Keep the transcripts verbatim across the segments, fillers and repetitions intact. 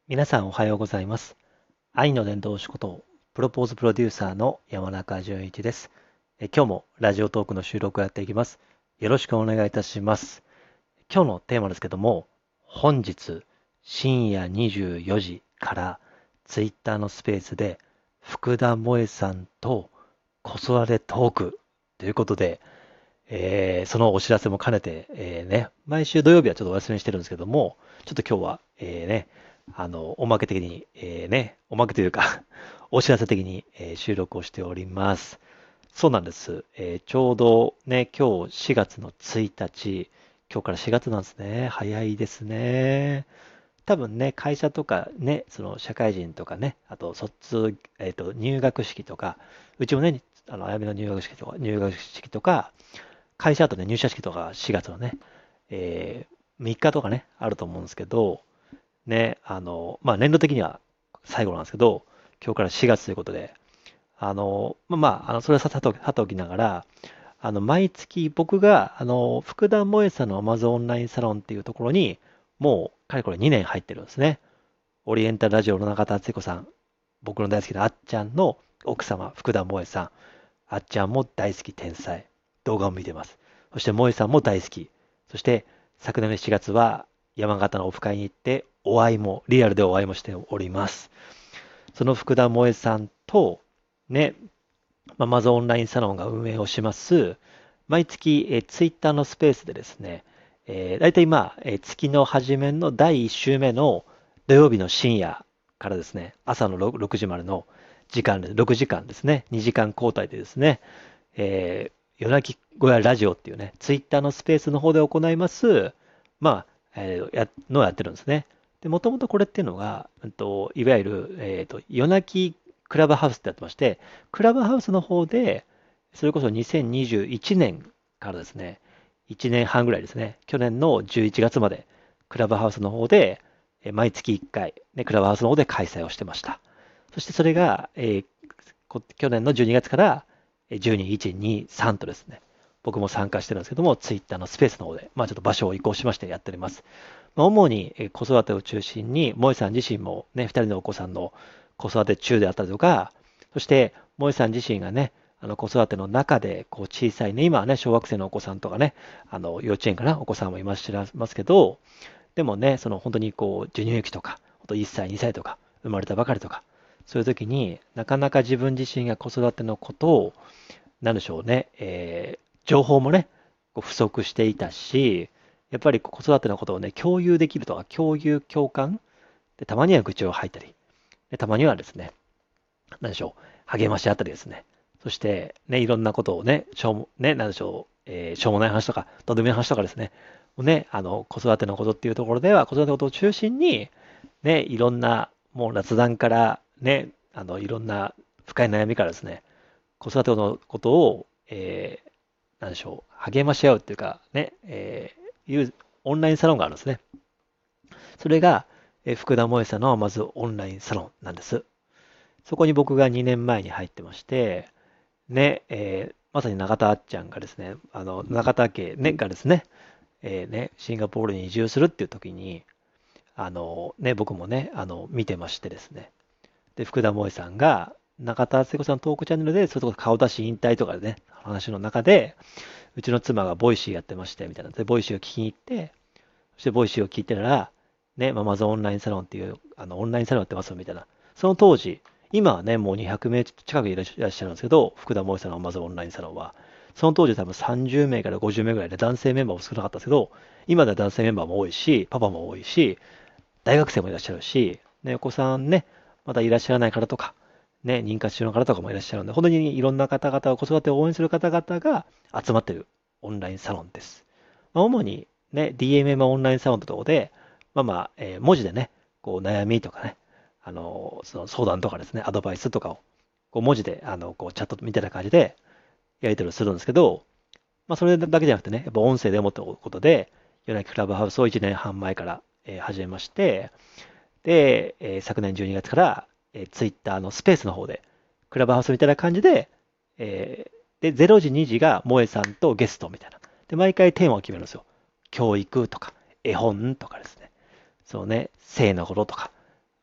皆さんおはようございます。愛の伝道師こと、プロポーズプロデューサーの山中淳一です。え今日もラジオトークの収録をやっていきます。よろしくお願いいたします。今日のテーマですけども、本日深夜にじゅうよじからツイッターのスペースで福田萌さんと子育てトークということで、えーそのお知らせも兼ねて、えーね、毎週土曜日はちょっとお休みしてるんですけども、ちょっと今日は、えーね、あの、おまけ的に、えーね、おまけというかお知らせ的に、えー収録をしております。そうなんです。えーちょうどね、今日しがつのついたち、今日からしがつなんですね。早いですね。多分ね、会社とかね、その社会人とかね、あと卒、えっと、入学式とか、うちもね、あの、あやめの入学式とか、入学式とか、会社だとね、入社式とかしがつのね、えーみっかとかね、あると思うんですけど、ね、あの、まあ、年度的には最後なんですけど、今日からしがつということで、あの、まあ、まあ、あの、それはささておきさておきながら、あの、毎月僕が、あの、福田萌さんの Amazon オンラインサロンっていうところに、もう、かれこれにねん入ってるんですね。オリエンタルラジオの中田敦彦さん、僕の大好きなあっちゃんの奥様、福田萌さん、あっちゃんも大好き天才。動画を見てます。そして萌さんも大好き。そして昨年のしちがつは山形のオフ会に行ってお会いも、リアルでお会いもしております。その福田萌さんと、ね、まずオンラインサロンが運営をします、毎月、えー、ツイッターのスペースでですね、えー、大体今、えー月の初めのだいいち週目の土曜日の深夜からですね、朝の ろく, 時までの時間で、ろくじかんですね、にじかん交代でですね、えー夜泣き小屋ラジオっていうね、ツイッターのスペースの方で行います、まあ、えーやのをやってるんですね。で、もともとこれっていうのが、うんと、いわゆる、えっと、夜泣きクラブハウスってやってまして、クラブハウスの方で、それこそにせんにじゅういちねんからですね、いちねんはんぐらいですね、去年のじゅういちがつまで、クラブハウスの方で、えー毎月いっかい、ね、クラブハウスの方で開催をしてました。そしてそれが、えーこ去年のじゅうにがつからじゅうに、いち、に、さんとですね、僕も参加してるんですけども、ツイッターのスペースの方で、まあちょっと場所を移行しましてやっております。まあ、主にえー子育てを中心に、萌さん自身もね、ふたりのお子さんの子育て中であったりとか、そして、萌さん自身がね、あの子育ての中で、こう小さいね、今はね、小学生のお子さんとかね、あの幼稚園かな、お子さんもいらっしゃいますけど、でもね、その本当にこう、授乳期とか、本当いっさい、にさいとか、生まれたばかりとか、そういう時になかなか自分自身が子育てのことを、なんでしょうね、えー情報もね、こう不足していたし、やっぱり子育てのことをね、共有できるとか、共有、共感、で、たまには愚痴を吐いたり、で、たまにはですね、なんでしょう、励まし合ったりですね、そして、ね、いろんなことをね、しょうも、ね、なんでしょう、えーしょうもない話とか、どうでもいい話とかですね、もうね、あの、子育てのことっていうところでは、子育てのことを中心に、ね、いろんな、もう雑談から、ね、あの、いろんな深い悩みからですね、子育てのことを、えーなんでしょう、励まし合うっていうか、ね、えーいうオンラインサロンがあるんですね。それが、えー福田萌さんのまずオンラインサロンなんです。そこに僕がにねんまえに入ってまして、ね、えーまさに中田あっちゃんがですね、あの、中田家、ね、がですね、えーね、シンガポールに移住するっていう時に、あの、ね、僕もね、あの、見てましてですね、で、福田萌さんが、中田敦子さんのトークチャンネルで、それこそ顔出し引退とかでね、話の中で、うちの妻がボイシーやってまして、みたいな。で、ボイシーを聞きに行って、そしてボイシーを聞いてたら、ね、まあ、まずオンラインサロンっていう、あの、オンラインサロンやってますよ、みたいな。その当時、今はね、もうにひゃくめい近くいらっしゃるんですけど、福田萌さんのまずオンラインサロンは、その当時多分さんじゅうめいからごじゅうめいぐらいで男性メンバーも少なかったですけど、今では男性メンバーも多いし、パパも多いし、大学生もいらっしゃるし、ね、お子さんね、まだいらっしゃらない方とか、ね、妊活中の方とかもいらっしゃるんで、本当にいろんな方々を子育てを応援する方々が集まっているオンラインサロンです。まあ、主にね、ディーエムエム オンラインサロンのところで、まあまあ、えー文字でね、こう悩みとかね、あの、その相談とかですね、アドバイスとかを、こう文字で、あの、こうチャットみたいな感じでやり取りをするんですけど、まあそれだけじゃなくてね、やっぱ音声でもってことで、夜泣きクラブハウスをいちねんはん前から、えー始めまして、で、えー昨年じゅうにがつから、えー、ツイッターのスペースの方で、クラブハウスみたいな感じで、えーで、れいじ、にじが萌えさんとゲストみたいな。で、毎回テーマを決めるんですよ。教育とか、絵本とかですね。そうね、性のこととか。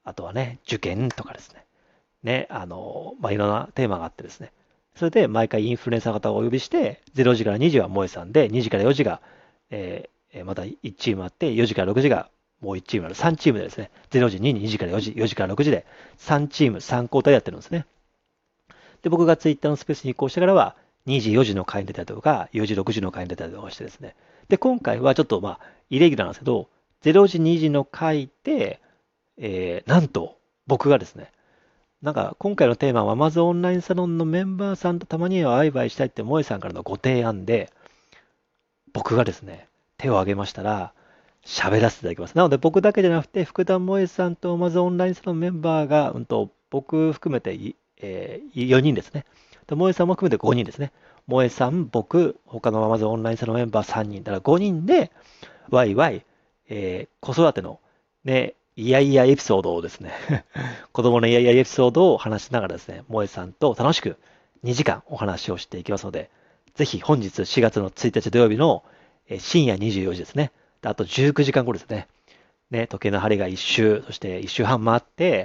あとはね、受験とかですね。ね、あの、まあ、いろんなテーマがあってですね。それで毎回インフルエンサーの方をお呼びして、ゼロじからにじは萌えさんで、にじからよじが、えーまたいちチームあって、よじからろくじがもういちチームある。さんチームでですね、ゼロじに、にじからよじ、よじからろくじでさんチームさん交代でやってるんですね。で、僕がツイッターのスペースに移行してからは、にじ、よじの会に出たりとか、よじ、ろくじの会に出たりとかしてですね。で、今回はちょっとまあ、イレギュラーなんですけど、ゼロじ、にじの会で、えーなんと、僕がですね、なんか今回のテーマは Amazon オンラインサロンのメンバーさんとたまにはワイワイしたいって萌えさんからのご提案で、僕がですね、手を挙げましたら、喋らせていただきます。なので僕だけじゃなくて、福田萌えさんと Amazon オンラインサロンメンバーが、うんと、僕含めてい、えーよにんですね。で萌えさんも含めてごにんですね。萌えさん、僕、他の Amazon オンラインサロンメンバーさんにん。だからごにんで、ワイワイ、えー子育ての、ね、いやいやエピソードをですね子供のいやいやエピソードを話しながらですね、萌えさんと楽しくにじかんお話をしていきますので、ぜひ本日しがつのついたち土曜日のえー深夜にじゅうよじですね。であとじゅうくじかんごですね。ね、時計の針がいっ周、そしていっ周半回って、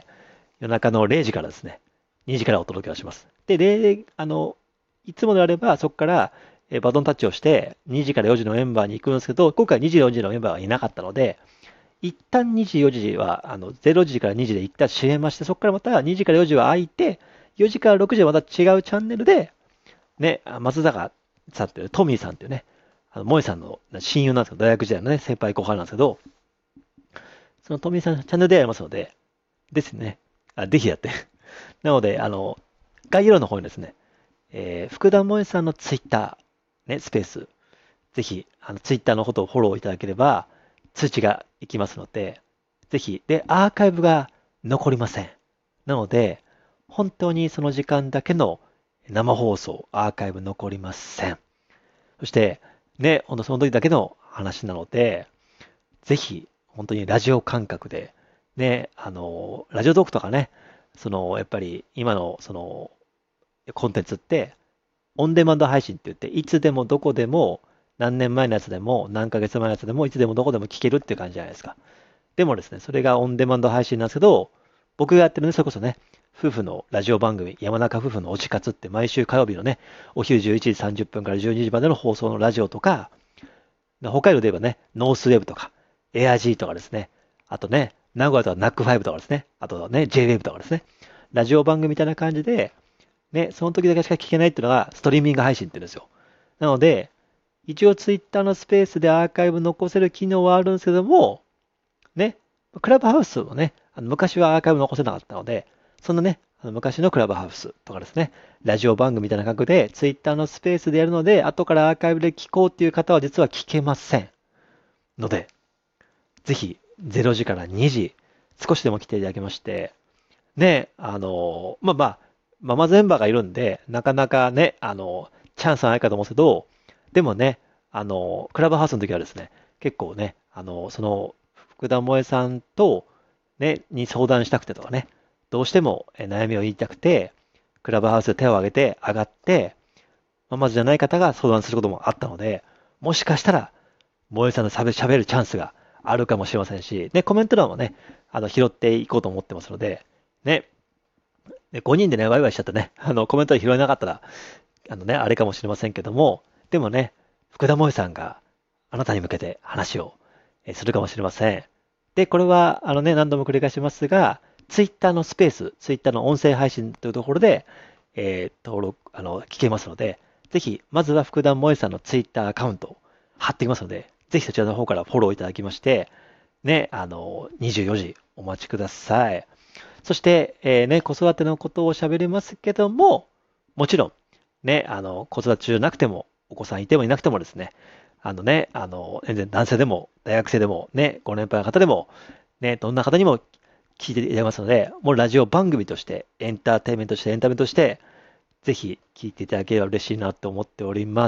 夜中のれいじからですね、にじからお届けをします。で、0あの、いつもであればそこからえーバトンタッチをしてにじからよじのメンバーに行くんですけど、今回にじ、よじのメンバーはいなかったので、一旦にじ、よじは、あの、ゼロじからにじで一旦閉めまして、そこからまたにじからよじは空いて、よじからろくじはまた違うチャンネルで、ね、松坂さんっていう、トミーさんっていうね、あの、萌さんの親友なんですけど、大学時代のね、先輩後輩なんですけど、そのトミーさんのチャンネルでやりますので、ですね、あぜひやって。なので、あの、概要欄の方にですね、えー福田萌さんのツイッター、ね、スペース、ぜひ、あの、ツイッターのことをフォローいただければ、通知がいきますので、ぜひ、で、アーカイブが残りません。なので、本当にその時間だけの生放送、アーカイブ残りません。そして、ね、ほんとその時だけの話なので、ぜひ、本当にラジオ感覚で、ね、あの、ラジオトークとかね、その、やっぱり今の、その、コンテンツって、オンデマンド配信って言って、いつでもどこでも、何年前のやつでも、何ヶ月前のやつでも、いつでもどこでも聞けるっていう感じじゃないですか。でもですね、それがオンデマンド配信なんですけど、僕がやってるね、それこそね、夫婦のラジオ番組、山中夫婦の推し活って毎週火曜日のね、お昼じゅういちじさんじゅっぷんからじゅうにじまでの放送のラジオとか、北海道で言えばね、ノースウェーブとか、エアジーとかですね、あとね、名古屋とはナックファイブとかですね、あとね、ジェイウェーブとかですね、ラジオ番組みたいな感じで、ね、その時だけしか聞けないっていうのがストリーミング配信って言うんですよ。なので、一応ツイッターのスペースでアーカイブ残せる機能はあるんですけども、ね、クラブハウスもね、あの昔はアーカイブ残せなかったので、そんなね、あの昔のクラブハウスとかですね、ラジオ番組みたいな感覚でツイッターのスペースでやるので、後からアーカイブで聞こうっていう方は実は聞けません。ので、ぜひれいじからにじ、少しでも来ていただきまして、ね、あの、まあまあ、ママゼンバーがいるんで、なかなかね、あの、チャンスはないかと思うんですけど、でもね、あの、クラブハウスの時はですね、結構ね、あの、その、福田萌さんと、ね、に相談したくてとかね、どうしてもえ悩みを言いたくて、クラブハウスで手を挙げて、上がって、ママじゃない方が相談することもあったので、もしかしたら、萌さんのしゃべ喋るチャンスがあるかもしれませんし、ね、コメント欄もね、あの、拾っていこうと思ってますので、ね、で、ごにんでね、ワイワイしちゃってね、あの、コメントで拾えなかったら、あのね、あれかもしれませんけども、でもね、福田萌さんがあなたに向けて話をえするかもしれません。で、これは、あのね、何度も繰り返しますが、ツイッターのスペース、ツイッターの音声配信というところで、えー登録、あの、聞けますので、ぜひ、まずは福田萌さんのツイッターアカウントを貼ってきますので、ぜひそちらの方からフォローいただきまして、ね、あの、にじゅうよじお待ちください。そして、えーね、子育てのことを喋りますけども、もちろん、ね、あの、子育て中なくても、お子さんいてもいなくてもですね、あのね、あの、全然男性でも、大学生でも、ね、ご年配の方でも、ね、どんな方にも聞いていただけますので、もうラジオ番組として、エンターテインメントとして、エンタメとして、ぜひ聞いていただければ嬉しいなと思っております。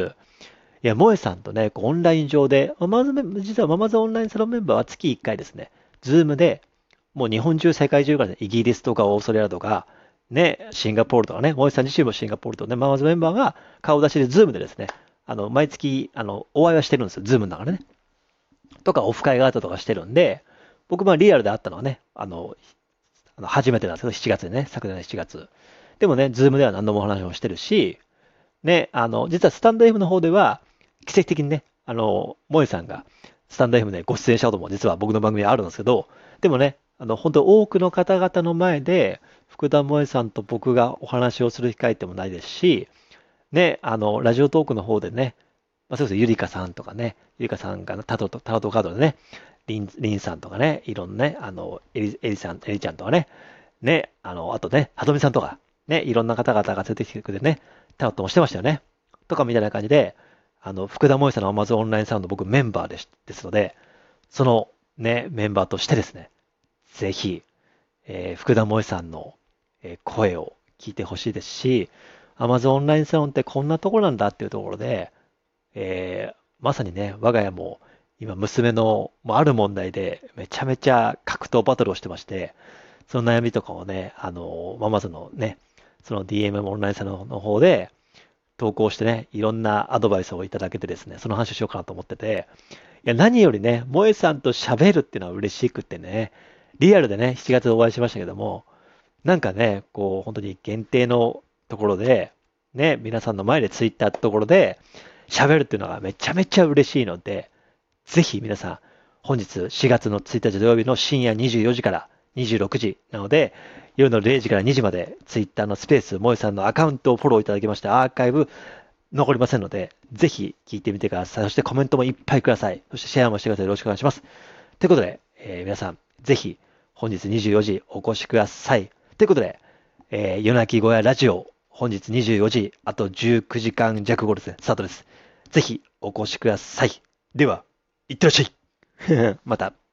いや、萌えさんとね、こうオンライン上で、ママズメ実はママズオンラインサロンメンバーは月いっかいですね、ズームで、もう日本中、世界中からね、イギリスとかオーストラリアとか、ね、シンガポールとかね、萌えさん自身もシンガポールとね、ママズメンバーが顔出しでズームでですね、あの、毎月、あの、お会いはしてるんですよ、ズームの中でね。とか、オフ会があったとかしてるんで、僕、まあ、リアルで会ったのはね、あの、 あの初めてなんですけど、しちがつでね、昨年のしちがつ。でもね、ズームでは何度もお話をしてるし、ね、あの、実はスタンド F の方では、奇跡的にね、あの、萌えさんがスタンド F でご出演したことも実は僕の番組にあるんですけど、でもね、あの、本当多くの方々の前で、福田萌えさんと僕がお話をする機会ってもないですし、ね、あの、ラジオトークの方でね、まあ、そうですゆりかさんとかね、ゆりかさんがタロット、タロットカードでね、リン、リンさんとかね、いろんなね、あの、エリ、エリさん、エリちゃんとかね、ね、あの、あとね、はとみさんとか、ね、いろんな方々が連れてきてくれてね、タロットもしてましたよね。とかみたいな感じで、あの、福田萌さんの Amazon オンラインサウンド僕メンバーです、ですので、そのね、メンバーとしてですね、ぜひ、えー福田萌さんの、えー声を聞いてほしいですし、Amazon オンラインサロンってこんなところなんだっていうところで、えーまさにね、我が家も今娘のもうある問題でめちゃめちゃ格闘バトルをしてまして、その悩みとかをね、あの、まあまずのね、その ディーエム オンラインサロンの方で投稿してね、いろんなアドバイスをいただけてですね、その話をしようかなと思ってて、いや、何よりね、萌えさんと喋るっていうのは嬉しくってね、リアルでね、しちがつお会いしましたけども、なんかね、こう、本当に限定のところで、ね、皆さんの前でツイッターってところで喋るっていうのがめちゃめちゃ嬉しいので、ぜひ皆さん、本日しがつのついたち土曜日の深夜にじゅうよじからにじゅうろくじなので、夜のれいじからにじまでツイッターのスペース、萌えさんのアカウントをフォローいただきまして、アーカイブ残りませんので、ぜひ聞いてみてください。そしてコメントもいっぱいください。そしてシェアもしてください。よろしくお願いします。ということで、えー皆さん、ぜひ本日にじゅうよじお越しください。ということで、えー夜泣き小屋ラジオ、本日にじゅうよじ、あとじゅうくじかん弱後ですね、スタートです。ぜひお越しください。では、いってらっしゃい。また。